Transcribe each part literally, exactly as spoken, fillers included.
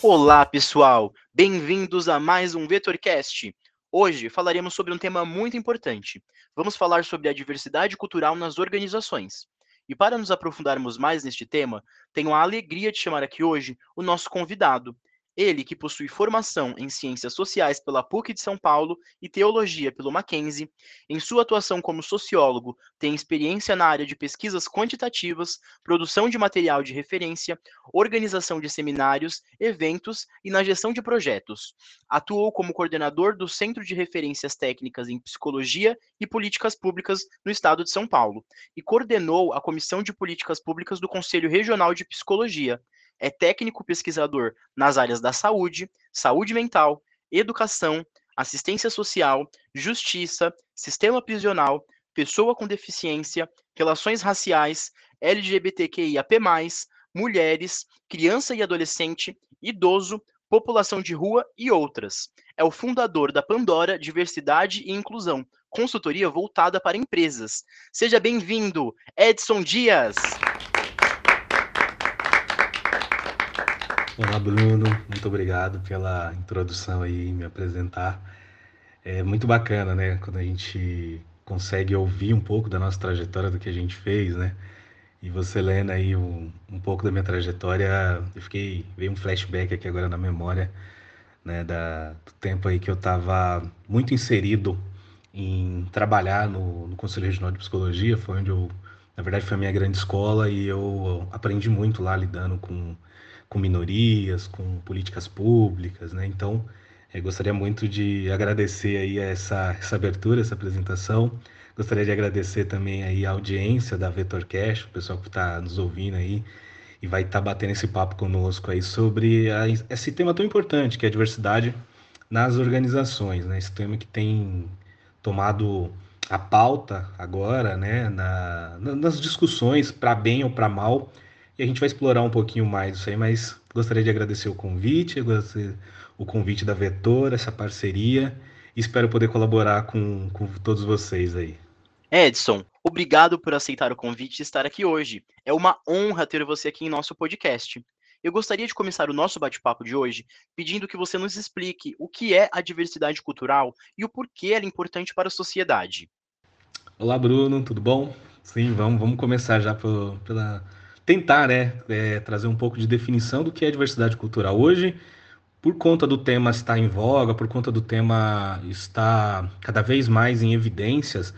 Olá, pessoal! Bem-vindos a mais um VetorCast. Hoje falaremos sobre um tema muito importante. Vamos falar sobre a diversidade cultural nas organizações. E para nos aprofundarmos mais neste tema, tenho a alegria de chamar aqui hoje o nosso convidado. Ele que possui formação em Ciências Sociais pela PUC de São Paulo e Teologia pelo Mackenzie. Em sua atuação como sociólogo, tem experiência na área de pesquisas quantitativas, produção de material de referência, organização de seminários, eventos e na gestão de projetos. Atuou como coordenador do Centro de Referências Técnicas em Psicologia e Políticas Públicas no Estado de São Paulo e coordenou a Comissão de Políticas Públicas do Conselho Regional de Psicologia. É técnico pesquisador nas áreas da saúde, saúde mental, educação, assistência social, justiça, sistema prisional, pessoa com deficiência, relações raciais, L G B T Q I A P mais, mulheres, criança e adolescente, idoso, população de rua e outras. É o fundador da Pandora Diversidade e Inclusão, consultoria voltada para empresas. Seja bem-vindo, Edson Dias. Olá, Bruno. Muito obrigado pela introdução aí, me apresentar. É muito bacana, né? Quando a gente consegue ouvir um pouco da nossa trajetória, do que a gente fez, né? E você lendo aí um, um pouco da minha trajetória, eu fiquei, veio um flashback aqui agora na memória, né? Da, do tempo aí que eu estava muito inserido em trabalhar no, no Conselho Regional de Psicologia, foi onde eu, na verdade, foi a minha grande escola e eu aprendi muito lá lidando com, com minorias, com políticas públicas, né? Então, eu gostaria muito de agradecer aí essa, essa abertura, essa apresentação. Gostaria de agradecer também aí a audiência da VetorCast, o pessoal que está nos ouvindo aí e vai estar tá batendo esse papo conosco aí sobre a, esse tema tão importante que é a diversidade nas organizações, né? Esse tema que tem tomado a pauta agora, né, na, nas discussões, para bem ou para mal, e a gente vai explorar um pouquinho mais isso aí, mas gostaria de agradecer o convite, agradecer o convite da Vetor, essa parceria, e espero poder colaborar com, com todos vocês aí. Edson, obrigado por aceitar o convite e estar aqui hoje. É uma honra ter você aqui em nosso podcast. Eu gostaria de começar o nosso bate-papo de hoje pedindo que você nos explique o que é a diversidade cultural e o porquê ela é importante para a sociedade. Olá, Bruno, tudo bom? Sim, vamos, vamos começar já pelo, pela tentar, né, é, trazer um pouco de definição do que é diversidade cultural. Hoje, por conta do tema estar em voga, por conta do tema estar cada vez mais em evidências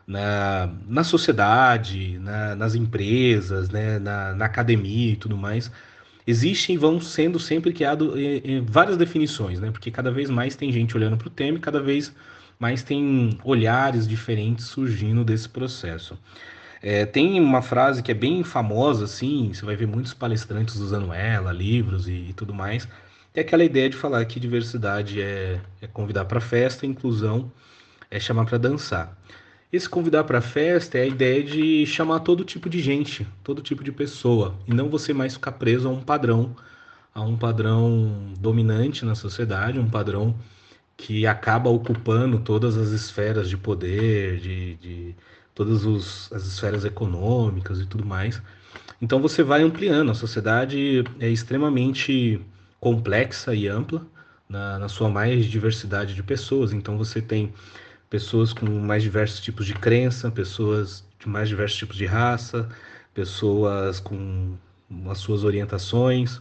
na, na sociedade, na- nas empresas, né, na, na academia e tudo mais, existem e vão sendo sempre criadas várias definições, né? Porque cada vez mais tem gente olhando para o tema e cada vez mais tem olhares diferentes surgindo desse processo. É, tem uma frase que é bem famosa, assim, você vai ver muitos palestrantes usando ela, livros e, e tudo mais, é aquela ideia de falar que diversidade é, é convidar para festa, inclusão é chamar para dançar. Esse convidar para festa é a ideia de chamar todo tipo de gente, todo tipo de pessoa, e não você mais ficar preso a um padrão, a um padrão dominante na sociedade, um padrão que acaba ocupando todas as esferas de poder, de, de todas os, as esferas econômicas e tudo mais. Então você vai ampliando. A sociedade é extremamente complexa e ampla na, na sua mais diversidade de pessoas. Então você tem pessoas com mais diversos tipos de crença, pessoas de mais diversos tipos de raça, pessoas com as suas orientações,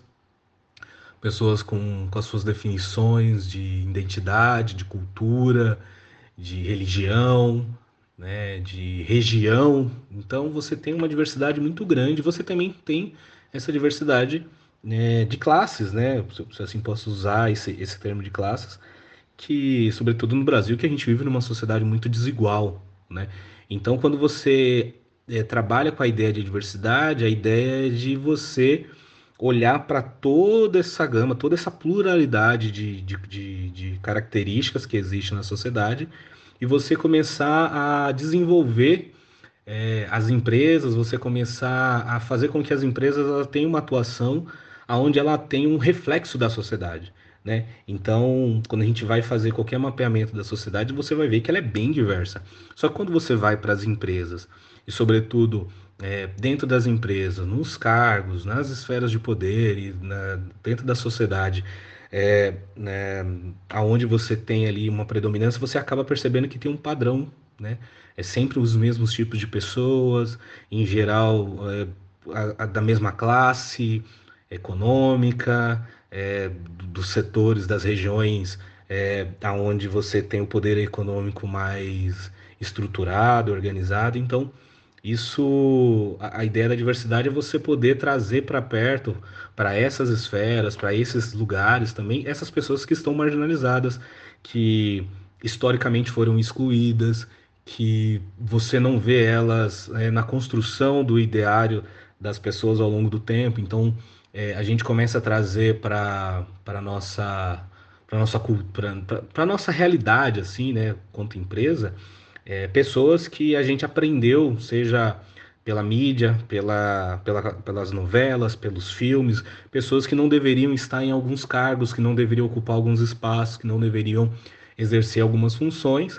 pessoas com, com as suas definições de identidade, de cultura, de religião, né, de região. Então você tem uma diversidade muito grande. Você também tem essa diversidade, né, de classes, né? Se assim posso usar esse, esse termo de classes, que, sobretudo no Brasil, que a gente vive numa sociedade muito desigual, né? Então, quando você é, trabalha com a ideia de diversidade, a ideia é de você olhar para toda essa gama, toda essa pluralidade de, de, de, de características que existe na sociedade e você começar a desenvolver é, as empresas, você começar a fazer com que as empresas elas tenham uma atuação onde ela tem um reflexo da sociedade, né? Então, quando a gente vai fazer qualquer mapeamento da sociedade, você vai ver que ela é bem diversa. Só que quando você vai para as empresas e, sobretudo, é, dentro das empresas, nos cargos, nas esferas de poder e na- dentro da sociedade, é, né, aonde você tem ali uma predominância, você acaba percebendo que tem um padrão, né? É sempre os mesmos tipos de pessoas, em geral, é, a- a da mesma classe econômica, é, dos setores, das regiões, é, aonde você tem o poder econômico mais estruturado, organizado. Então, isso, a, a ideia da diversidade é você poder trazer para perto, para essas esferas, para esses lugares também, essas pessoas que estão marginalizadas, que historicamente foram excluídas, que você não vê elas, é, na construção do ideário das pessoas ao longo do tempo. Então, é, a gente começa a trazer para para nossa para nossa cultura, para nossa realidade, assim, né, quanto empresa, é, pessoas que a gente aprendeu, seja pela mídia, pela, pela, pelas novelas, pelos filmes, pessoas que não deveriam estar em alguns cargos, que não deveriam ocupar alguns espaços, que não deveriam exercer algumas funções,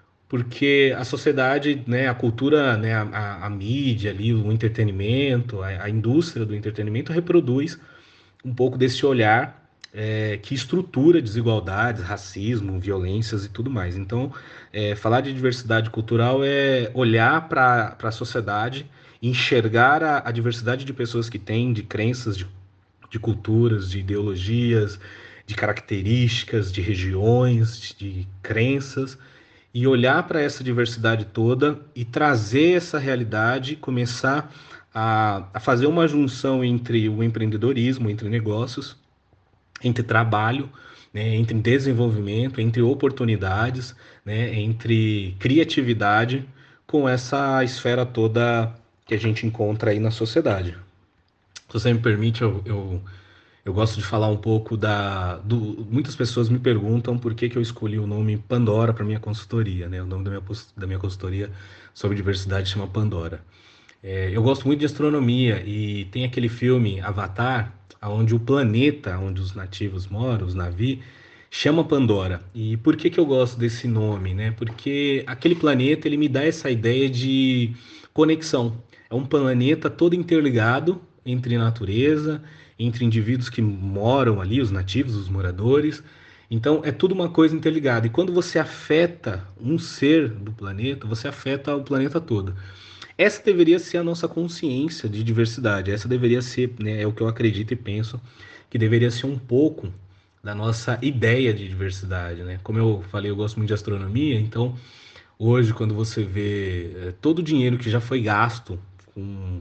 porque a sociedade, né, a cultura, né, a, a, a mídia ali, o entretenimento, a, a indústria do entretenimento reproduz um pouco desse olhar, é, que estrutura desigualdades, racismo, violências e tudo mais. Então, é, falar de diversidade cultural é olhar para a sociedade, enxergar a, a diversidade de pessoas que tem, de crenças, de, de culturas, de ideologias, de características, de regiões, de crenças, e olhar para essa diversidade toda e trazer essa realidade, começar a, a fazer uma junção entre o empreendedorismo, entre negócios, entre trabalho, né, entre desenvolvimento, entre oportunidades, né, entre criatividade, com essa esfera toda que a gente encontra aí na sociedade. Se você me permite, eu, eu, eu gosto de falar um pouco da. Do, muitas pessoas me perguntam por que, que eu escolhi o nome Pandora para minha consultoria, né? O nome da minha, da minha consultoria sobre diversidade chama Pandora. É, eu gosto muito de astronomia e tem aquele filme Avatar, onde o planeta onde os nativos moram, os Na'vi, chama Pandora. E por que que eu gosto desse nome, né? Porque aquele planeta ele me dá essa ideia de conexão. É um planeta todo interligado entre natureza, entre indivíduos que moram ali, os nativos, os moradores. Então é tudo uma coisa interligada. E quando você afeta um ser do planeta, você afeta o planeta todo. Essa deveria ser a nossa consciência de diversidade. Essa deveria ser, né, é o que eu acredito e penso que deveria ser um pouco da nossa ideia de diversidade, né? Como eu falei, eu gosto muito de astronomia, então hoje quando você vê eh, todo o dinheiro que já foi gasto com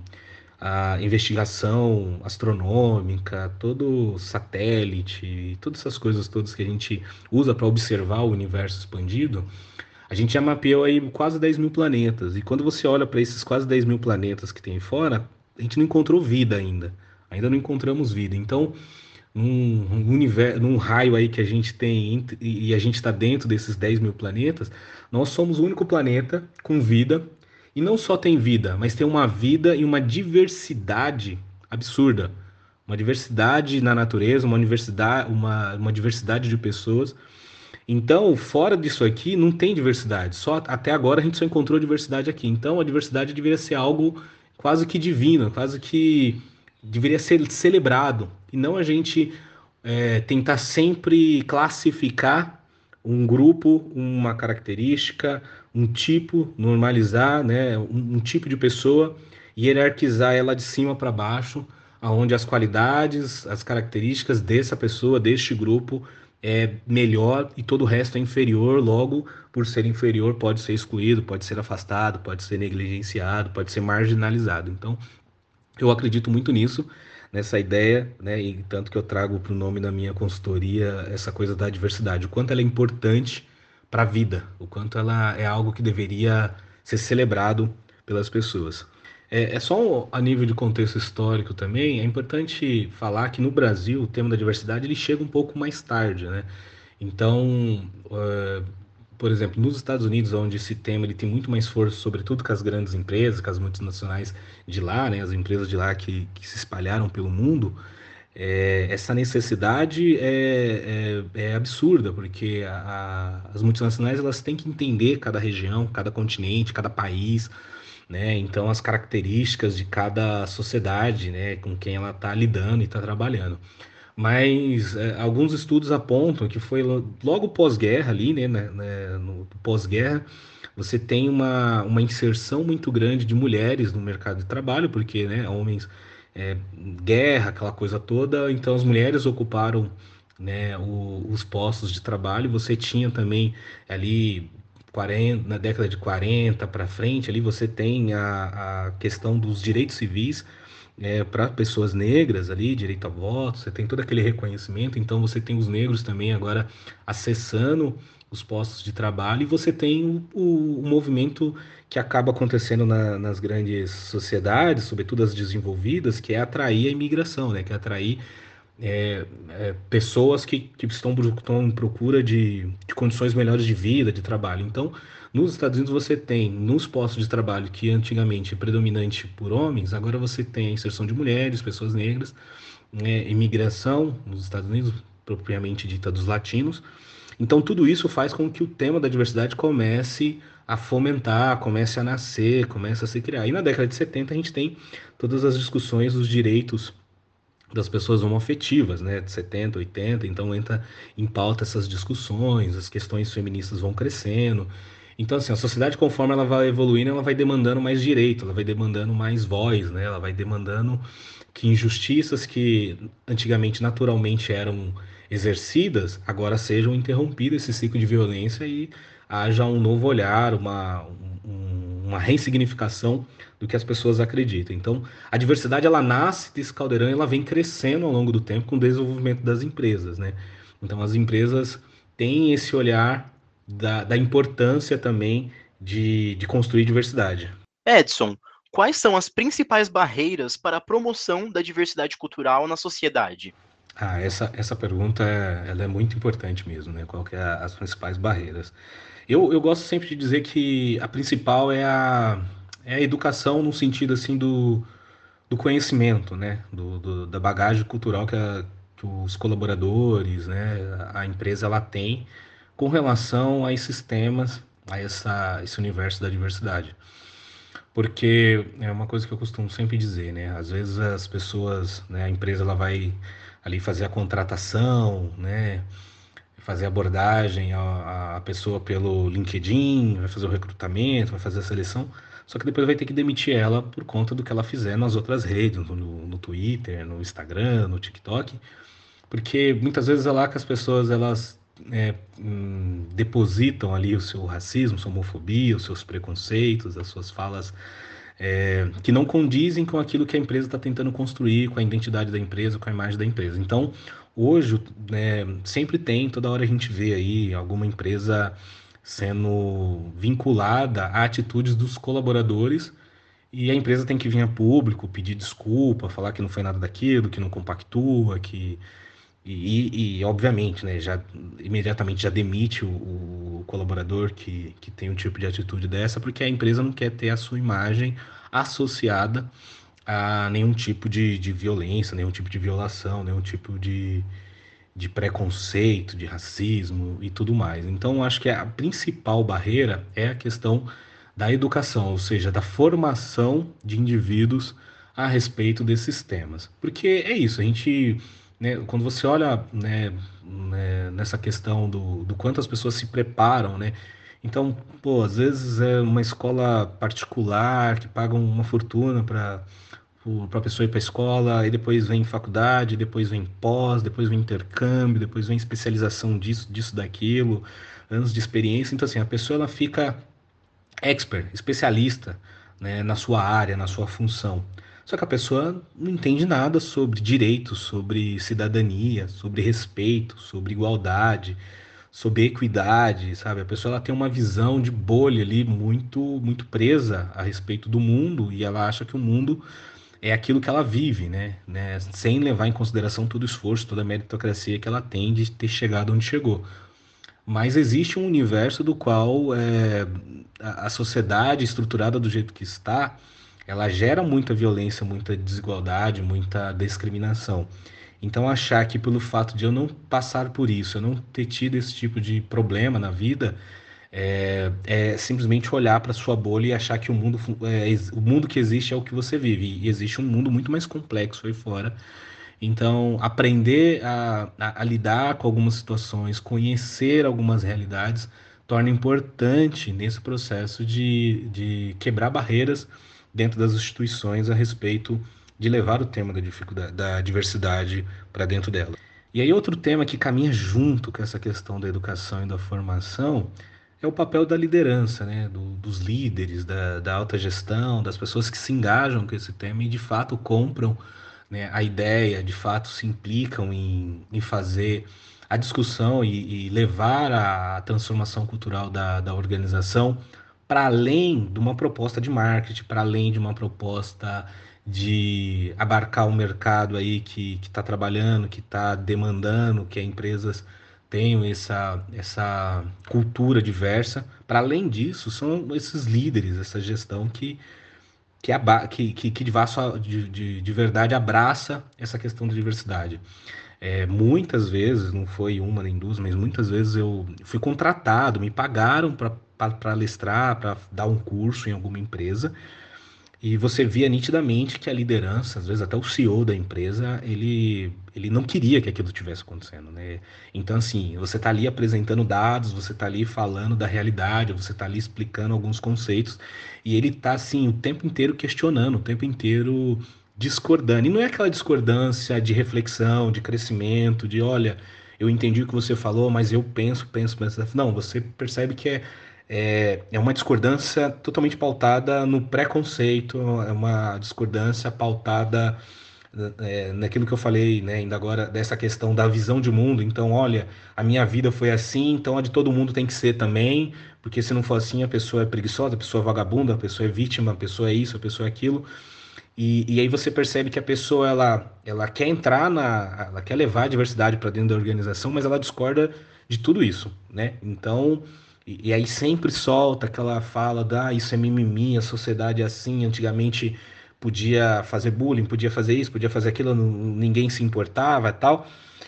a investigação astronômica, todo satélite, todas essas coisas todas que a gente usa para observar o universo expandido, a gente já mapeou aí quase dez mil planetas. E quando você olha para esses quase dez mil planetas que tem fora, a gente não encontrou vida ainda. Ainda não encontramos vida. Então, num, num universo, num raio aí que a gente tem e a gente está dentro desses dez mil planetas, nós somos o único planeta com vida. E não só tem vida, mas tem uma vida e uma diversidade absurda. Uma diversidade na natureza, uma, universidade, uma, uma diversidade de pessoas. Então, fora disso aqui, não tem diversidade. Só até agora a gente só encontrou diversidade aqui. Então, a diversidade deveria ser algo quase que divino, quase que deveria ser celebrado. E não a gente é, tentar sempre classificar um grupo, uma característica, um tipo, normalizar, né, um, um tipo de pessoa e hierarquizar ela de cima para baixo, aonde as qualidades, as características dessa pessoa, deste grupo é melhor e todo o resto é inferior, logo, por ser inferior, pode ser excluído, pode ser afastado, pode ser negligenciado, pode ser marginalizado. Então, eu acredito muito nisso, nessa ideia, né? E tanto que eu trago para o nome da minha consultoria essa coisa da diversidade, o quanto ela é importante para a vida, o quanto ela é algo que deveria ser celebrado pelas pessoas. É, é só um, a nível de contexto histórico também, é importante falar que no Brasil o tema da diversidade ele chega um pouco mais tarde, né? Então, uh, por exemplo, nos Estados Unidos, onde esse tema ele tem muito mais força, sobretudo com as grandes empresas, com as multinacionais de lá, né, as empresas de lá que, que se espalharam pelo mundo, é, essa necessidade é, é, é absurda, porque a- a- as multinacionais elas têm que entender cada região, cada continente, cada país, né? Então, as características de cada sociedade, né, com quem ela está lidando e está trabalhando. Mas é, alguns estudos apontam que foi lo- logo pós-guerra ali, né, né, né, no pós-guerra, você tem uma, uma inserção muito grande de mulheres no mercado de trabalho, porque, né, homens, é, guerra, aquela coisa toda, então as mulheres ocuparam, né, o- os postos de trabalho. Você tinha também ali quarenta, na década de quarenta para frente, ali você tem a, a questão dos direitos civis para pessoas negras ali, direito a voto, você tem todo aquele reconhecimento, então você tem os negros também agora acessando os postos de trabalho e você tem o, o- o movimento que acaba acontecendo na- nas grandes sociedades, sobretudo as desenvolvidas, que é atrair a imigração, né? Que é atrair é, é, pessoas que, que estão, estão em procura de, de condições melhores de vida, de trabalho. Então, nos Estados Unidos você tem, nos postos de trabalho que antigamente é predominante por homens, agora você tem a inserção de mulheres, pessoas negras, né, imigração nos Estados Unidos, propriamente dita dos latinos. Então, tudo isso faz com que o tema da diversidade comece a fomentar, comece a nascer, comece a se criar. E na década de setenta a gente tem todas as discussões dos direitos das pessoas homoafetivas, né, de setenta, oitenta, então entra em pauta essas discussões, as questões feministas vão crescendo. Então, assim, a sociedade, conforme ela vai evoluindo, ela vai demandando mais direito, ela vai demandando mais voz, né, ela vai demandando que injustiças que antigamente naturalmente eram exercidas, agora sejam interrompidas esse ciclo de violência e haja um novo olhar, uma, um- uma ressignificação do que as pessoas acreditam. Então, a diversidade ela nasce desse caldeirão e ela vem crescendo ao longo do tempo com o desenvolvimento das empresas, né? Então, as empresas têm esse olhar da, da importância também de, de construir diversidade. Edson, quais são as principais barreiras para a promoção da diversidade cultural na sociedade? Ah, essa, essa pergunta é, ela é muito importante mesmo, né? Qual que é a- as principais barreiras? Eu, eu gosto sempre de dizer que a principal é a, é a educação no sentido assim do, do conhecimento, né? Do, do- da bagagem cultural que, a- que os colaboradores, né? A empresa ela tem com relação a esses temas, a essa, esse universo da diversidade. Porque é uma coisa que eu costumo sempre dizer, né? Às vezes as pessoas, né? A empresa ela vai ali fazer a contratação, né? Fazer a abordagem a, a pessoa pelo LinkedIn, vai fazer o recrutamento, vai fazer a seleção, só que depois vai ter que demitir ela por conta do que ela fizer nas outras redes, no, no Twitter, no Instagram, no TikTok, porque muitas vezes é lá que as pessoas elas é, hum, depositam ali o seu racismo, sua homofobia, os seus preconceitos, as suas falas é, que não condizem com aquilo que a empresa está tentando construir, com a identidade da empresa, com a imagem da empresa. Então, hoje, né, sempre tem, toda hora a gente vê aí alguma empresa sendo vinculada a atitudes dos colaboradores e a empresa tem que vir a público pedir desculpa, falar que não foi nada daquilo, que não compactua, que e, e, obviamente, né, já imediatamente já demite o, o colaborador que, que tem um tipo de atitude dessa, porque a empresa não quer ter a sua imagem associada a nenhum tipo de, de violência, nenhum tipo de violação, nenhum tipo de, de preconceito, de racismo e tudo mais. Então, acho que a principal barreira é a questão da educação, ou seja, da formação de indivíduos a respeito desses temas. Porque é isso, a gente, né, quando você olha, né, né, nessa questão do, do quanto as pessoas se preparam, né? Então, pô, às vezes é uma escola particular que paga uma fortuna para para a pessoa ir para a escola, aí depois vem faculdade, depois vem pós, depois vem intercâmbio, depois vem especialização disso, disso, daquilo, anos de experiência. Então, assim, a pessoa ela fica expert, especialista, né, na sua área, na sua função. Só que a pessoa não entende nada sobre direitos, sobre cidadania, sobre respeito, sobre igualdade, sobre equidade, sabe? A pessoa ela tem uma visão de bolha ali muito muito presa a respeito do mundo e ela acha que o mundo é aquilo que ela vive, né? né? Sem levar em consideração todo o esforço, toda a meritocracia que ela tem de ter chegado onde chegou. Mas existe um universo do qual é, a, a sociedade estruturada do jeito que está, ela gera muita violência, muita desigualdade, muita discriminação. Então achar que pelo fato de eu não passar por isso, eu não ter tido esse tipo de problema na vida, É, é simplesmente olhar para sua bolha e achar que o mundo, fu- é, ex- o mundo que existe é o que você vive. E existe um mundo muito mais complexo aí fora. Então, aprender a, a- a lidar com algumas situações, conhecer algumas realidades, torna importante nesse processo de, de quebrar barreiras dentro das instituições a respeito de levar o tema da dificuldade, da diversidade para dentro dela. E aí, outro tema que caminha junto com essa questão da educação e da formação é o papel da liderança, né? Do- dos líderes, da, da alta gestão, das pessoas que se engajam com esse tema e de fato compram, né, a ideia, de fato se implicam em, em fazer a discussão e, e levar a transformação cultural da, da organização para além de uma proposta de marketing, para além de uma proposta de abarcar o mercado aí que está trabalhando, que está demandando que as empresas tenham essa, essa cultura diversa. Para além disso, são esses líderes, essa gestão que que, aba- que, que, que de, vaso- de, de, de verdade abraça essa questão da diversidade. É, muitas vezes, não foi uma nem duas, mas muitas vezes eu fui contratado, me pagaram para palestrar, para dar um curso em alguma empresa, e você via nitidamente que a liderança, às vezes até o C E O da empresa, ele, ele não queria que aquilo tivesse acontecendo, né? Então, assim, você está ali apresentando dados, você está ali falando da realidade, você está ali explicando alguns conceitos, e ele está, assim, o tempo inteiro questionando, o tempo inteiro discordando. E não é aquela discordância de reflexão, de crescimento, de, olha, eu entendi o que você falou, mas eu penso, penso, penso. Não, você percebe que é é, é uma discordância totalmente pautada no preconceito, é uma discordância pautada é, naquilo que eu falei, né, ainda agora, dessa questão da visão de mundo. Então, olha, a minha vida foi assim, então a de todo mundo tem que ser também, porque se não for assim, a pessoa é preguiçosa, a pessoa é vagabunda, a pessoa é vítima, a pessoa é isso, a pessoa é aquilo. E, e aí você percebe que a pessoa ela, ela quer entrar na, ela quer levar a diversidade para dentro da organização, mas ela discorda de tudo isso, né? Então, e, e aí sempre solta aquela fala da, ah, isso é mimimi, a sociedade é assim, antigamente podia fazer bullying, podia fazer isso, podia fazer aquilo, não- ninguém se importava e tal.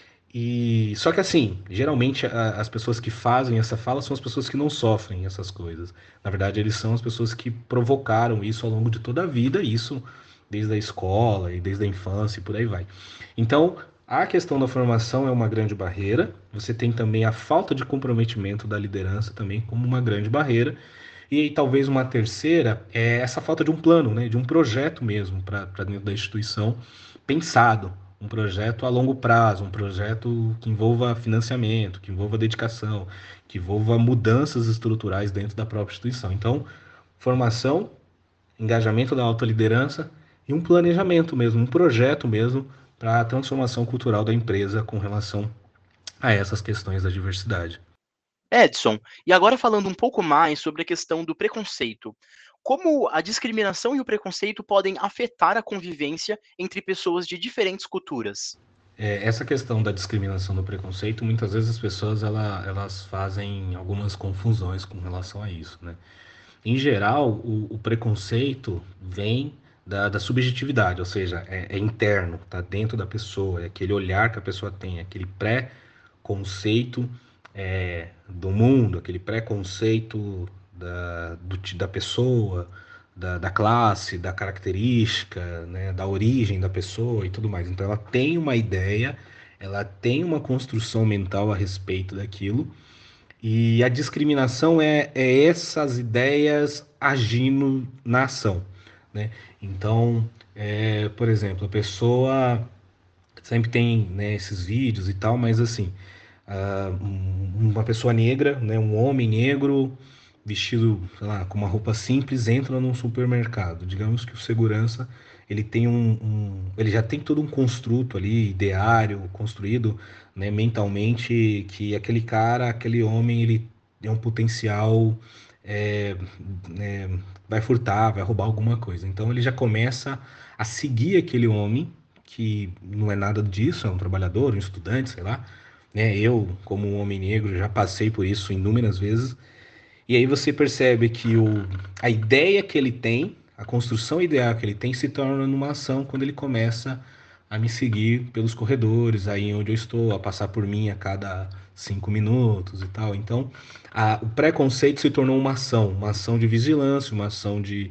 E só que assim, geralmente a- as pessoas que fazem essa fala são as pessoas que não sofrem essas coisas. Na verdade, eles são as pessoas que provocaram isso ao longo de toda a vida, e isso desde a escola e desde a infância e por aí vai. Então, a questão da formação é uma grande barreira. Você tem também a falta de comprometimento da liderança também como uma grande barreira. E aí, talvez uma terceira é essa falta de um plano, né, de um projeto mesmo para dentro da instituição pensado, um projeto a longo prazo, um projeto que envolva financiamento, que envolva dedicação, que envolva mudanças estruturais dentro da própria instituição. Então, formação, engajamento da alta liderança e um planejamento mesmo, um projeto mesmo para a transformação cultural da empresa com relação a essas questões da diversidade. Edson, e agora falando um pouco mais sobre a questão do preconceito. Como a discriminação e o preconceito podem afetar a convivência entre pessoas de diferentes culturas? É, essa questão da discriminação do preconceito, muitas vezes as pessoas ela, elas fazem algumas confusões com relação a isso, né? Em geral, o, o preconceito vem da, da subjetividade, ou seja, é, é interno, está dentro da pessoa, é aquele olhar que a pessoa tem, aquele pré-conceito é, do mundo, aquele preconceito da, do, da pessoa, da, da classe, da característica, né, da origem da pessoa e tudo mais. Então, ela tem uma ideia, ela tem uma construção mental a respeito daquilo, e a discriminação é, é essas ideias agindo na ação, né? Então, é, por exemplo, a pessoa sempre tem, né, esses vídeos e tal, mas assim, ah, um- uma pessoa negra, né, um homem negro vestido, sei lá, com uma roupa simples entra num supermercado. Digamos que o segurança ele tem um, um- ele já tem todo um construto ali, ideário, construído, né, mentalmente, que aquele cara, aquele homem, ele tem um potencial, é, é, vai furtar, vai roubar alguma coisa. Então ele já começa a seguir aquele homem que não é nada disso, é um trabalhador, um estudante, sei lá, né? Eu, como um homem negro, já passei por isso inúmeras vezes. E aí você percebe que o, a ideia que ele tem, a construção ideal que ele tem, se torna numa ação quando ele começa a me seguir pelos corredores, aí onde eu estou, a passar por mim a cada cinco minutos e tal. Então, a, o preconceito se tornou uma ação, uma ação de vigilância, uma ação de,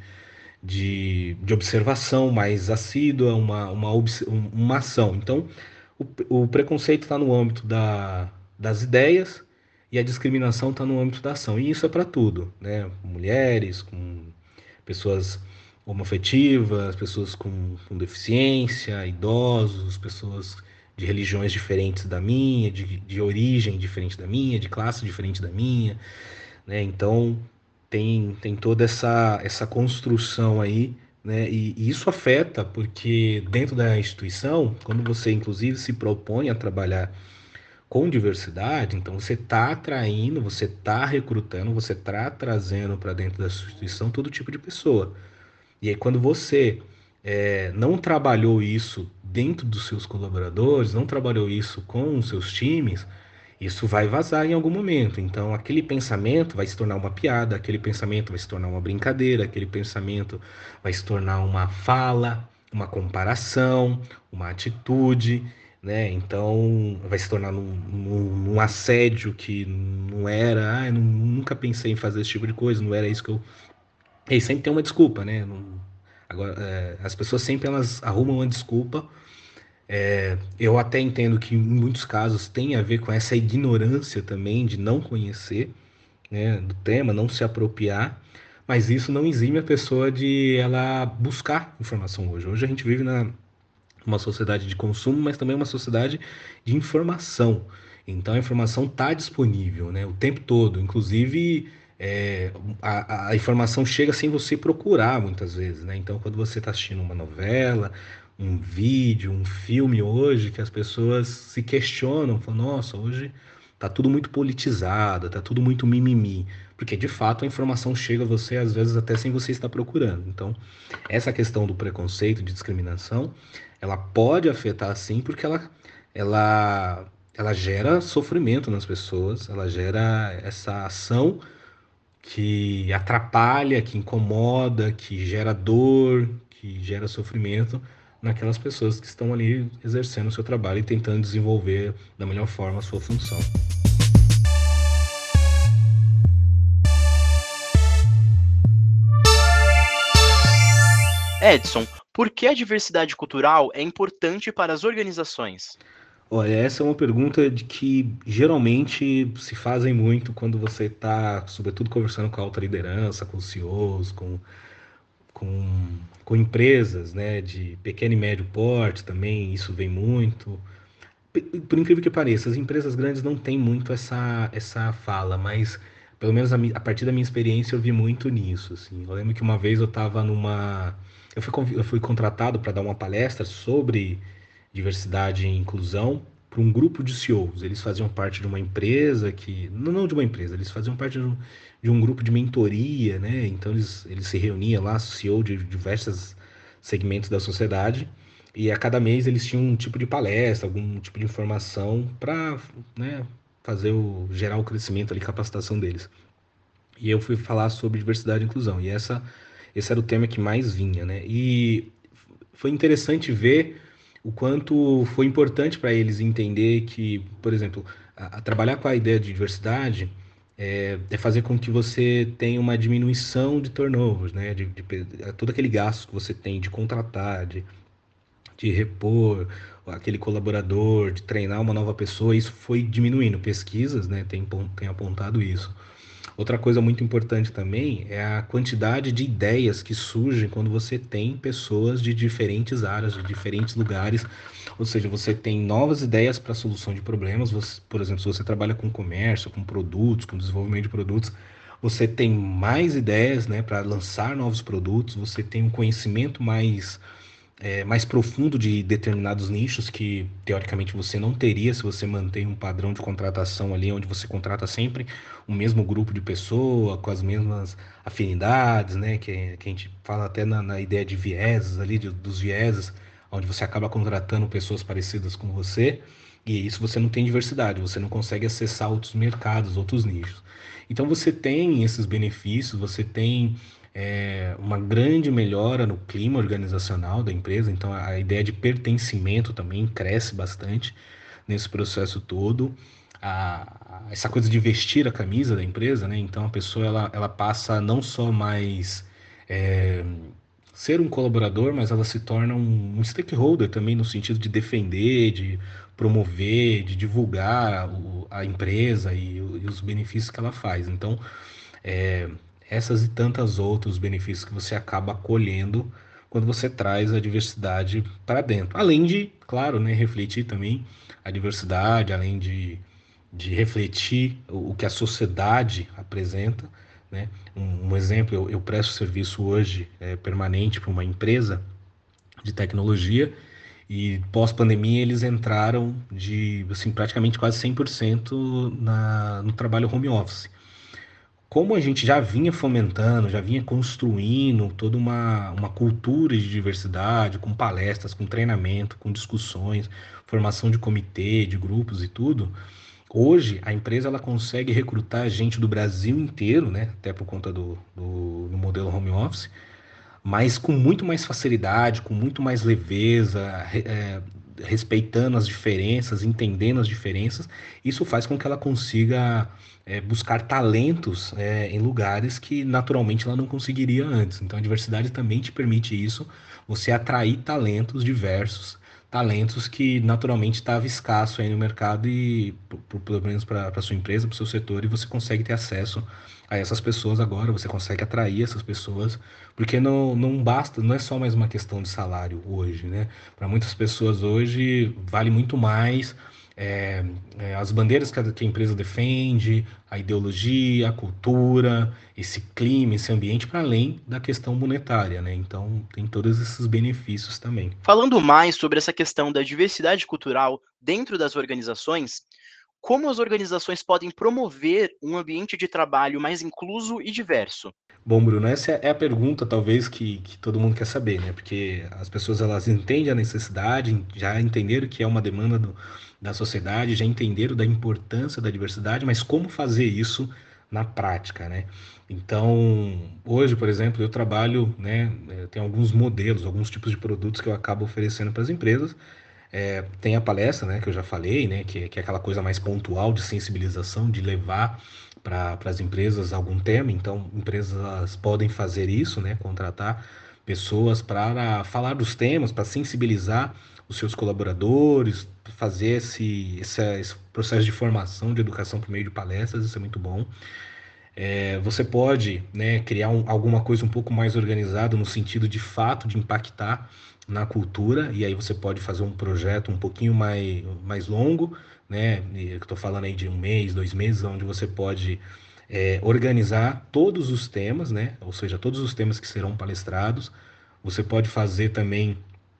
de, de observação mais assídua, uma, uma, uma ação. Então, o, o preconceito está no âmbito da, das ideias e a discriminação está no âmbito da ação. E isso é para tudo, né? Mulheres, com pessoas homoafetivas, pessoas com, com deficiência, idosos, pessoas de religiões diferentes da minha, de, de origem diferente da minha, de classe diferente da minha, né? Então tem, tem toda essa, essa construção aí, né? E, e isso afeta porque dentro da instituição, quando você inclusive se propõe a trabalhar com diversidade, então você está atraindo, você está recrutando, você está trazendo para dentro da sua instituição todo tipo de pessoa. E aí, quando você é, não trabalhou isso dentro dos seus colaboradores, não trabalhou isso com os seus times, isso vai vazar em algum momento. Então, aquele pensamento vai se tornar uma piada, aquele pensamento vai se tornar uma brincadeira, aquele pensamento vai se tornar uma fala, uma comparação, uma atitude, né? Então, vai se tornar num, num, num assédio que não era, ah, eu nunca pensei em fazer esse tipo de coisa, não era isso que eu. E sempre tem uma desculpa, né? Não- Agora, é, as pessoas sempre elas arrumam uma desculpa. É, eu até entendo que em muitos casos tem a ver com essa ignorância também de não conhecer, né, do tema, não se apropriar, mas isso não exime a pessoa de ela buscar informação hoje. Hoje a gente vive na, uma sociedade de consumo, mas também uma sociedade de informação. Então a informação está disponível, né, o tempo todo. Inclusive é, a, a informação chega sem você procurar muitas vezes, né? Então quando você está assistindo uma novela, um vídeo, um filme hoje, que as pessoas se questionam, falam, nossa, hoje tá tudo muito politizado, tá tudo muito mimimi. Porque de fato a informação chega a você às vezes até sem você estar procurando. Então, essa questão do preconceito, de discriminação, ela pode afetar sim, porque ela, ela, ela gera sofrimento nas pessoas, ela gera essa ação que atrapalha, que incomoda, que gera dor, que gera sofrimento naquelas pessoas que estão ali exercendo o seu trabalho e tentando desenvolver da melhor forma a sua função. Edson, por que a diversidade cultural é importante para as organizações? Olha, essa é uma pergunta de que geralmente se fazem muito quando você está, sobretudo, conversando com a alta liderança, com os C E Os, com, com, com empresas, né, de pequeno e médio porte também, isso vem muito. Por incrível que pareça, as empresas grandes não têm muito essa, essa fala, mas pelo menos a, mi- a partir da minha experiência eu vi muito nisso, assim. Eu lembro que uma vez eu estava numa. Eu fui, convi- eu fui contratado para dar uma palestra sobre diversidade e inclusão para um grupo de C E Os. Eles faziam parte de uma empresa que. Não, não de uma empresa, eles faziam parte de um, de um grupo de mentoria, né? Então eles, eles se reuniam lá, C E O de diversos segmentos da sociedade. E a cada mês eles tinham um tipo de palestra, algum tipo de informação para, né, fazer o gerar o crescimento ali, capacitação deles. E eu fui falar sobre diversidade e inclusão. E essa esse era o tema que mais vinha, né? E foi interessante ver o quanto foi importante para eles entender que, por exemplo, a, a trabalhar com a ideia de diversidade é, é fazer com que você tenha uma diminuição de turnovers, né? De, de, de todo aquele gasto que você tem de contratar, de de repor aquele colaborador, de treinar uma nova pessoa, isso foi diminuindo. Pesquisas, né, tem, tem apontado isso. Outra coisa muito importante também é a quantidade de ideias que surgem quando você tem pessoas de diferentes áreas, de diferentes lugares. Ou seja, você tem novas ideias para a solução de problemas. Você, por exemplo, se você trabalha com comércio, com produtos, com desenvolvimento de produtos, você tem mais ideias, né, para lançar novos produtos, você tem um conhecimento mais é, mais profundo de determinados nichos que teoricamente você não teria se você mantém um padrão de contratação ali, onde você contrata sempre o mesmo grupo de pessoa, com as mesmas afinidades, né? Que, que a gente fala até na, na ideia de vieses ali, de, dos vieses, onde você acaba contratando pessoas parecidas com você, e isso você não tem diversidade, você não consegue acessar outros mercados, outros nichos. Então você tem esses benefícios, você tem é, uma grande melhora no clima organizacional da empresa, então a ideia de pertencimento também cresce bastante nesse processo todo. a, essa coisa de vestir a camisa da empresa, né? Então a pessoa ela, ela passa a não só mais é, ser um colaborador, mas ela se torna um, um stakeholder também no sentido de defender, de promover, de divulgar o- a empresa e, o- e os benefícios que ela faz. Então, é, essas e tantas outros benefícios que você acaba colhendo quando você traz a diversidade para dentro. Além de, claro, né, refletir também a diversidade, além de, de refletir o, o que a sociedade apresenta, né? Um, um exemplo, eu, eu presto serviço hoje é, permanente para uma empresa de tecnologia e pós-pandemia eles entraram de assim, praticamente quase cem por cento na, no trabalho home office. Como a gente já vinha fomentando, já vinha construindo toda uma, uma cultura de diversidade, com palestras, com treinamento, com discussões, formação de comitê, de grupos e tudo, hoje a empresa ela consegue recrutar gente do Brasil inteiro, né? Até por conta do, do, do modelo home office, mas com muito mais facilidade, com muito mais leveza, re- é, respeitando as diferenças, entendendo as diferenças. Isso faz com que ela consiga é, buscar talentos é, em lugares que naturalmente ela não conseguiria antes. Então a diversidade também te permite isso, você atrair talentos diversos, talentos que naturalmente estava escasso aí no mercado e, por- por- pelo menos para a sua empresa, para o seu setor, e você consegue ter acesso a essas pessoas agora, você consegue atrair essas pessoas porque não, não basta, não é só mais uma questão de salário hoje, né? Para muitas pessoas hoje vale muito mais é, é, as bandeiras que a, que a empresa defende, a ideologia, a cultura, esse clima, esse ambiente, para além da questão monetária, né? Então tem todos esses benefícios também. Falando mais sobre essa questão da diversidade cultural dentro das organizações, como as organizações podem promover um ambiente de trabalho mais incluso e diverso? Bom, Bruno, essa é a pergunta talvez que, que todo mundo quer saber, né? Porque as pessoas elas entendem a necessidade, já entenderam que é uma demanda do, da sociedade, já entenderam da importância da diversidade, mas como fazer isso na prática, né? Então, hoje, por exemplo, eu trabalho, né? Eu tenho alguns modelos, alguns tipos de produtos que eu acabo oferecendo para as empresas. É, tem a palestra, né, que eu já falei, né, que, que é aquela coisa mais pontual de sensibilização, de levar para as empresas algum tema. Então, empresas podem fazer isso, né, contratar pessoas para falar dos temas, para sensibilizar os seus colaboradores, fazer esse, esse, esse processo de formação, de educação por meio de palestras, isso é muito bom. É, você pode, né, criar um- alguma coisa um pouco mais organizada no sentido de fato de impactar na cultura, e aí você pode fazer um projeto um pouquinho mais, mais longo, né? E eu estou falando aí de um mês, dois meses, onde você pode é, organizar todos os temas, né? Ou seja, todos os temas que serão palestrados. Você pode fazer também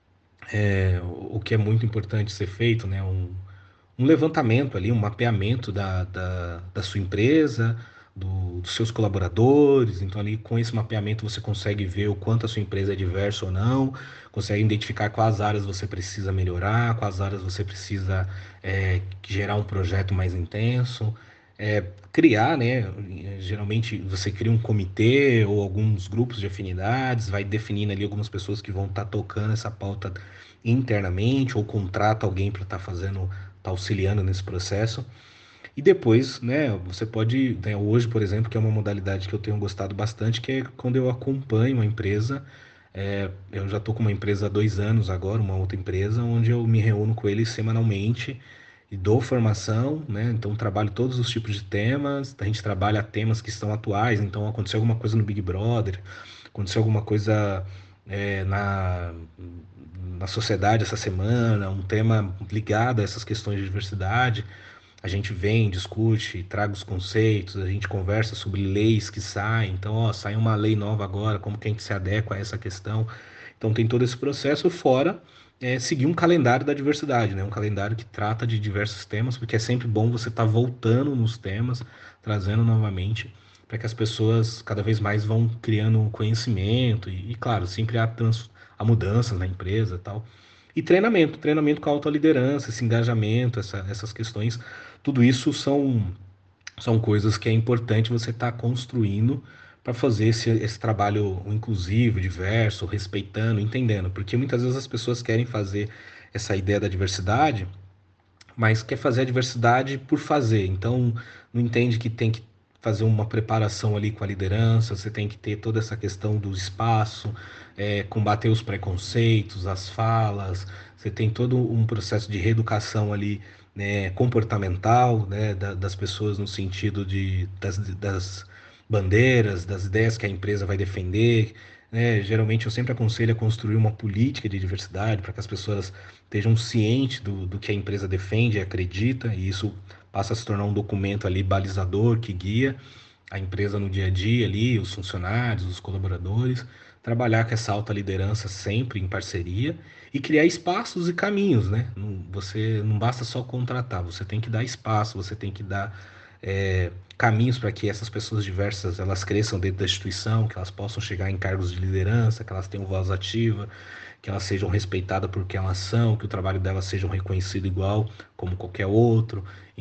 é, o que é muito importante ser feito, né? Um, um levantamento ali, um mapeamento da, da, da sua empresa, do- dos seus colaboradores. Então, ali com esse mapeamento você consegue ver o quanto a sua empresa é diversa ou não, consegue identificar quais áreas você precisa melhorar, quais áreas você precisa é, gerar um projeto mais intenso. É, criar, né? Geralmente você cria um comitê ou alguns grupos de afinidades, vai definindo ali algumas pessoas que vão estar tocando essa pauta internamente ou contrata alguém para estar fazendo, tá auxiliando nesse processo. E depois, né, você pode, né, hoje, por exemplo, que é uma modalidade que eu tenho gostado bastante, que é quando eu acompanho uma empresa. É, eu já estou com uma empresa há dois anos agora, uma outra empresa, onde eu me reúno com eles semanalmente e dou formação, né? Então trabalho todos os tipos de temas, a gente trabalha temas que estão atuais, então aconteceu alguma coisa no Big Brother, aconteceu alguma coisa é, na, na sociedade essa semana, um tema ligado a essas questões de diversidade. A gente vem, discute, traga os conceitos, a gente conversa sobre leis que saem. Então, ó, sai uma lei nova agora, como que a gente se adequa a essa questão. Então, tem todo esse processo, fora é, seguir um calendário da diversidade, né? Um calendário que trata de diversos temas, porque é sempre bom você estar voltando nos temas, trazendo novamente, para que as pessoas cada vez mais vão criando conhecimento e, e claro, sempre há, trans, há mudanças na empresa e tal. E treinamento, treinamento com alta liderança, esse engajamento, essa, essas questões, tudo isso são, são coisas que é importante você estar construindo para fazer esse, esse trabalho inclusivo, diverso, respeitando, entendendo. Porque muitas vezes as pessoas querem fazer essa ideia da diversidade mas quer fazer a diversidade por fazer. Então, não entende que tem que fazer uma preparação ali com a liderança, você tem que ter toda essa questão do espaço, é, combater os preconceitos, as falas, você tem todo um processo de reeducação ali, né, comportamental, né, da, das pessoas no sentido de, das, das bandeiras, das ideias que a empresa vai defender, né? Geralmente eu sempre aconselho a construir uma política de diversidade para que as pessoas estejam cientes do, do que a empresa defende e acredita, e isso passa a se tornar um documento ali balizador que guia a empresa no dia a dia ali, os funcionários, os colaboradores, trabalhar com essa alta liderança sempre em parceria e criar espaços e caminhos, né? Não, você não basta só contratar, você tem que dar espaço, você tem que dar é, caminhos para que essas pessoas diversas elas cresçam dentro da instituição, que elas possam chegar em cargos de liderança, que elas tenham voz ativa, que elas sejam respeitadas por quem elas são, que o trabalho delas seja reconhecido igual como qualquer outro.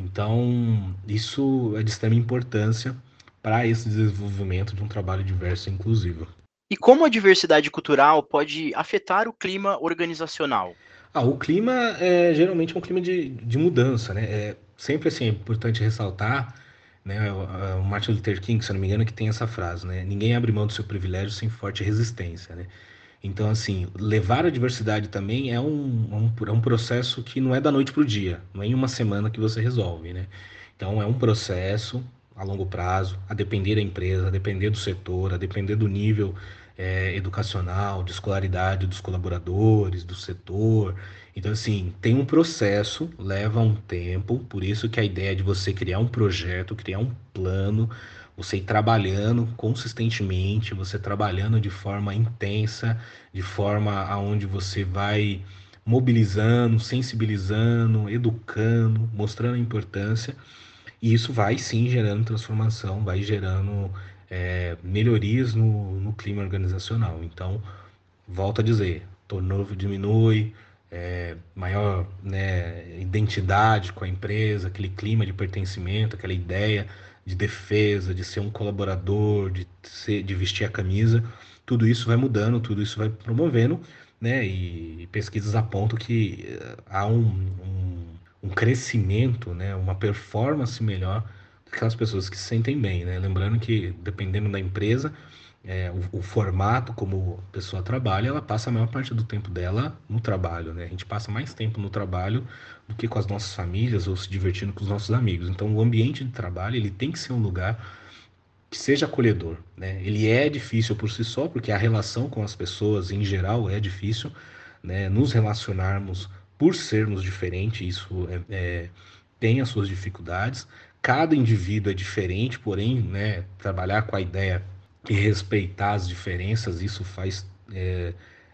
Então, isso é de extrema importância para esse desenvolvimento de um trabalho diverso e inclusivo. E como a diversidade cultural pode afetar o clima organizacional? Ah, o clima é geralmente um clima de, de mudança, né? É sempre assim, é importante ressaltar, né? O, o Martin Luther King, se eu não me engano, que tem essa frase, né? Ninguém abre mão do seu privilégio sem forte resistência, né? Então, assim, levar a diversidade também é um, é um, é um processo que não é da noite para o dia, não é em uma semana que você resolve, né? Então, é um processo a longo prazo, a depender da empresa, a depender do setor, a depender do nível é, educacional, de escolaridade dos colaboradores, do setor. Então, assim, tem um processo, leva um tempo, por isso que a ideia de você criar um projeto, criar um plano, você ir trabalhando consistentemente, você trabalhando de forma intensa, de forma aonde você vai mobilizando, sensibilizando, educando, mostrando a importância, e isso vai sim gerando transformação, vai gerando é, melhorias no, no clima organizacional. Então, volto a dizer, turnover diminui, é, maior, né, identidade com a empresa, aquele clima de pertencimento, aquela ideia de defesa, de ser um colaborador, de, ser, de vestir a camisa, tudo isso vai mudando, tudo isso vai promovendo, né, e pesquisas apontam que eh, há um, um, um crescimento, né, uma performance melhor daquelas pessoas que se sentem bem, né? Lembrando que dependendo da empresa, é, o, o formato como a pessoa trabalha, ela passa a maior parte do tempo dela no trabalho, né? A gente passa mais tempo no trabalho do que com as nossas famílias ou se divertindo com os nossos amigos. Então, o ambiente de trabalho, ele tem que ser um lugar que seja acolhedor, né? Ele é difícil por si só, porque a relação com as pessoas em geral é difícil, né? Nos relacionarmos por sermos diferentes, isso é, é, tem as suas dificuldades. Cada indivíduo é diferente, porém, né, trabalhar com a ideia e respeitar as diferenças, isso faz é,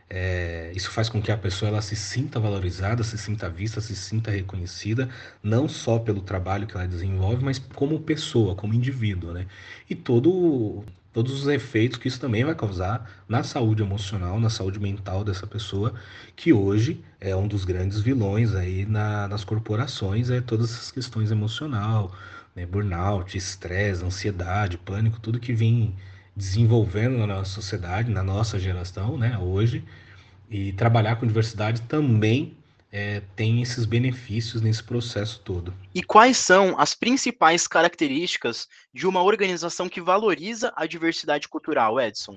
é, isso faz com que a pessoa ela se sinta valorizada, se sinta vista, se sinta reconhecida, não só pelo trabalho que ela desenvolve, mas como pessoa, como indivíduo, né? E todo, todos os efeitos que isso também vai causar na saúde emocional, na saúde mental dessa pessoa, que hoje é um dos grandes vilões aí na, nas corporações, é todas essas questões emocional, né? Burnout, estresse, ansiedade, pânico, tudo que vem desenvolvendo na nossa sociedade, na nossa geração, né, hoje, e trabalhar com diversidade também é, tem esses benefícios nesse processo todo. E quais são as principais características de uma organização que valoriza a diversidade cultural, Edson?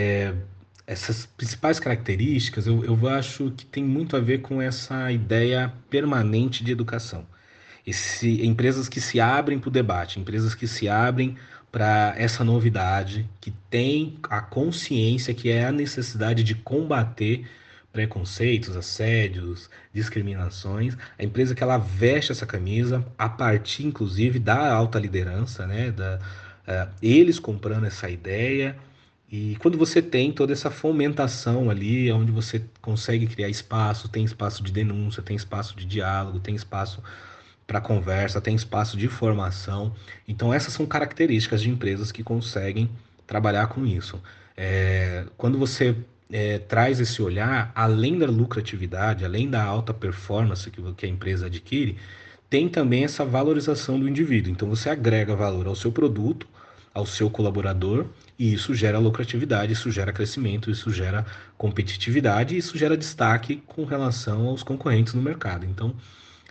Essas principais características eu, eu acho que tem muito a ver com essa ideia permanente de educação. Esse, empresas que se abrem para o debate, empresas que se abrem para essa novidade, que têm a consciência que é a necessidade de combater preconceitos, assédios, discriminações. A empresa que ela veste essa camisa a partir, inclusive, da alta liderança, né? Da, uh, eles comprando essa ideia. E quando você tem toda essa fomentação ali, onde você consegue criar espaço, tem espaço de denúncia, tem espaço de diálogo, tem espaço para conversa, tem espaço de formação. Então, essas são características de empresas que conseguem trabalhar com isso. É, quando você é, traz esse olhar, além da lucratividade, além da alta performance que, que a empresa adquire, tem também essa valorização do indivíduo. Então, você agrega valor ao seu produto, ao seu colaborador, e isso gera lucratividade, isso gera crescimento, isso gera competitividade, isso gera destaque com relação aos concorrentes no mercado. Então,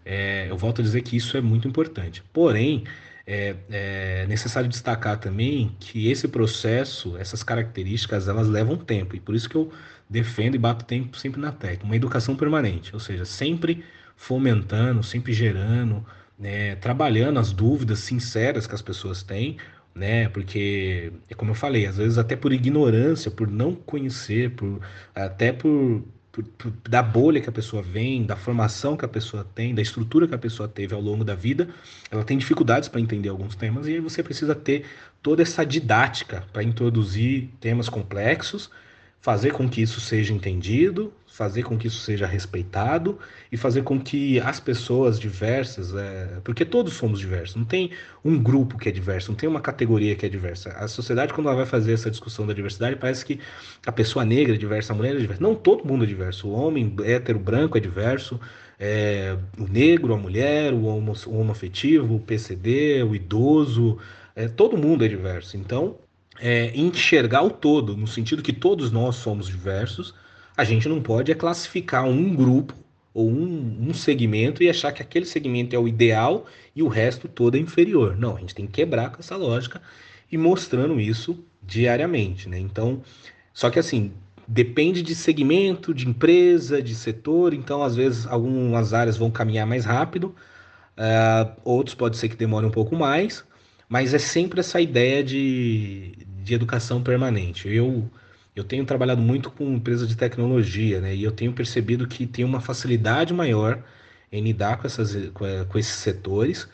É, eu volto a dizer que isso é muito importante. Porém, é, é necessário destacar também que esse processo, essas características, elas levam tempo. E por isso que eu defendo e bato tempo sempre na tecla. Uma educação permanente, ou seja, sempre fomentando, sempre gerando, né, trabalhando as dúvidas sinceras que as pessoas têm, né? Porque, é como eu falei, às vezes até por ignorância, por não conhecer, por, até por, por, por- da bolha que a pessoa vem, da formação que a pessoa tem, da estrutura que a pessoa teve ao longo da vida, ela tem dificuldades para entender alguns temas, e aí você precisa ter toda essa didática para introduzir temas complexos, fazer com que isso seja entendido, fazer com que isso seja respeitado e fazer com que as pessoas diversas, é, porque todos somos diversos, não tem um grupo que é diverso, não tem uma categoria que é diversa. A sociedade, quando ela vai fazer essa discussão da diversidade, parece que a pessoa negra é diversa, a mulher é diversa. Não, todo mundo é diverso. O homem hétero branco é diverso, é, o negro, a mulher, o, homo, o homoafetivo, o P C D, o idoso, é, todo mundo é diverso. Então, é, enxergar o todo, no sentido que todos nós somos diversos, a gente não pode é classificar um grupo ou um, um segmento e achar que aquele segmento é o ideal e o resto todo é inferior. Não, a gente tem que quebrar com essa lógica e mostrando isso diariamente, né? Então, só que assim, depende de segmento, de empresa, de setor, então às vezes algumas áreas vão caminhar mais rápido, uh, outros pode ser que demore um pouco mais, mas é sempre essa ideia de, de educação permanente. Eu, eu tenho trabalhado muito com empresas de tecnologia, né? E eu tenho percebido que tem uma facilidade maior em lidar com, essas, com, com esses setores,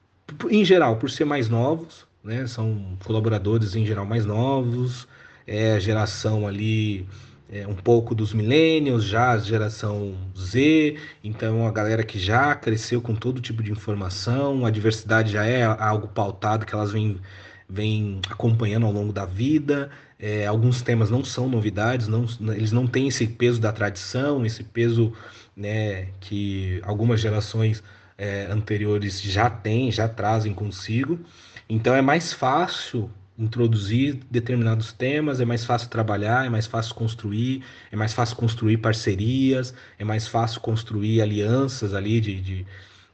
em geral, por ser mais novos, né? São colaboradores em geral mais novos, é a geração ali é, um pouco dos millennials, já a geração Z, então a galera que já cresceu com todo tipo de informação, a diversidade já é algo pautado que elas vêm, vêm acompanhando ao longo da vida. É, alguns temas não são novidades, não, eles não têm esse peso da tradição, esse peso, né, que algumas gerações é, anteriores já têm, já trazem consigo. Então é mais fácil introduzir determinados temas, é mais fácil trabalhar, é mais fácil construir, é mais fácil construir parcerias, é mais fácil construir alianças ali de, de,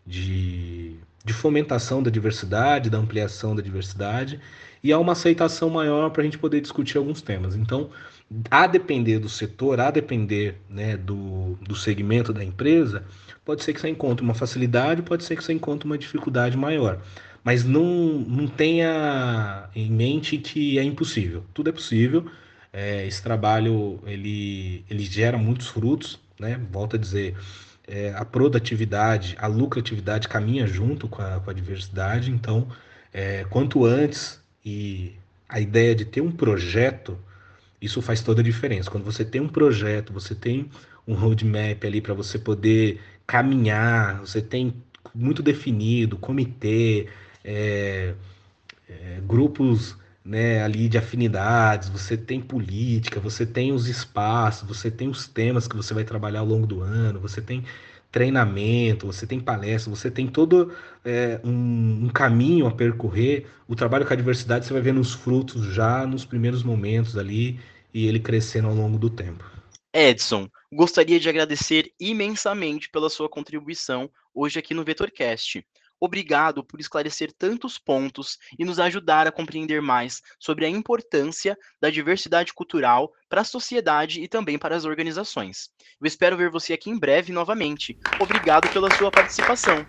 de, de fomentação da diversidade, da ampliação da diversidade, e há uma aceitação maior para a gente poder discutir alguns temas. Então, a depender do setor, a depender, né, do, do segmento da empresa, pode ser que você encontre uma facilidade, pode ser que você encontre uma dificuldade maior. Mas não, não tenha em mente que é impossível. Tudo é possível. É, esse trabalho ele, ele gera muitos frutos, né? Volto a dizer, é, a produtividade, a lucratividade caminha junto com a, com a diversidade. Então, é, quanto antes e a ideia de ter um projeto, isso faz toda a diferença. Quando você tem um projeto, você tem um roadmap ali para você poder caminhar, você tem muito definido, comitê, é, é, grupos, né, ali de afinidades, você tem política, você tem os espaços, você tem os temas que você vai trabalhar ao longo do ano, você tem treinamento, você tem palestra, você tem todo é, um, um caminho a percorrer. O trabalho com a diversidade você vai vendo os frutos já nos primeiros momentos ali e ele crescendo ao longo do tempo. Edson, gostaria de agradecer imensamente pela sua contribuição hoje aqui no VetorCast. Obrigado por esclarecer tantos pontos e nos ajudar a compreender mais sobre a importância da diversidade cultural para a sociedade e também para as organizações. Eu espero ver você aqui em breve novamente. Obrigado pela sua participação.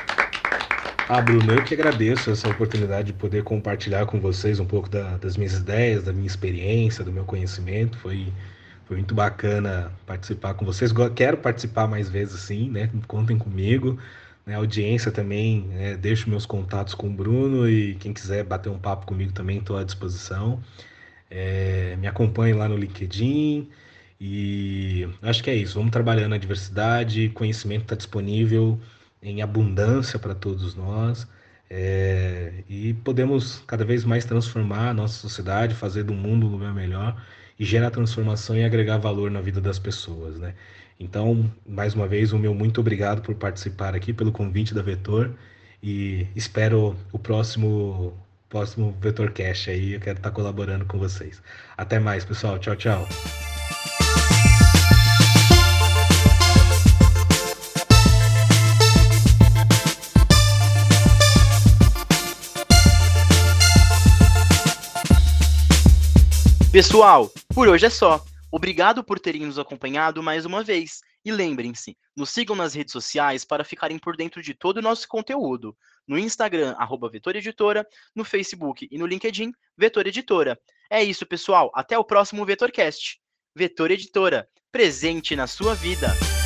Ah, Bruno, eu que agradeço essa oportunidade de poder compartilhar com vocês um pouco da, das minhas ideias, da minha experiência, do meu conhecimento. Foi, foi muito bacana participar com vocês. Quero participar mais vezes, sim, né? Contem comigo. Né? A audiência também, né? Deixo meus contatos com o Bruno e quem quiser bater um papo comigo também estou à disposição. É, me acompanhe lá no LinkedIn e acho que é isso. Vamos trabalhando a diversidade, conhecimento está disponível em abundância para todos nós, é, e podemos cada vez mais transformar a nossa sociedade, fazer do mundo um lugar melhor e gerar transformação e agregar valor na vida das pessoas, né? Então, mais uma vez, o meu muito obrigado por participar aqui, pelo convite da Vetor e espero o próximo próximo VetorCast aí, eu quero estar colaborando com vocês. Até mais, pessoal. Tchau, tchau. Pessoal, por hoje é só. Obrigado por terem nos acompanhado mais uma vez. E lembrem-se, nos sigam nas redes sociais para ficarem por dentro de todo o nosso conteúdo. No Instagram, arroba Vetor Editora, no Facebook e no LinkedIn, Vetor Editora. É isso, pessoal. Até o próximo VetorCast. Vetor Editora, presente na sua vida.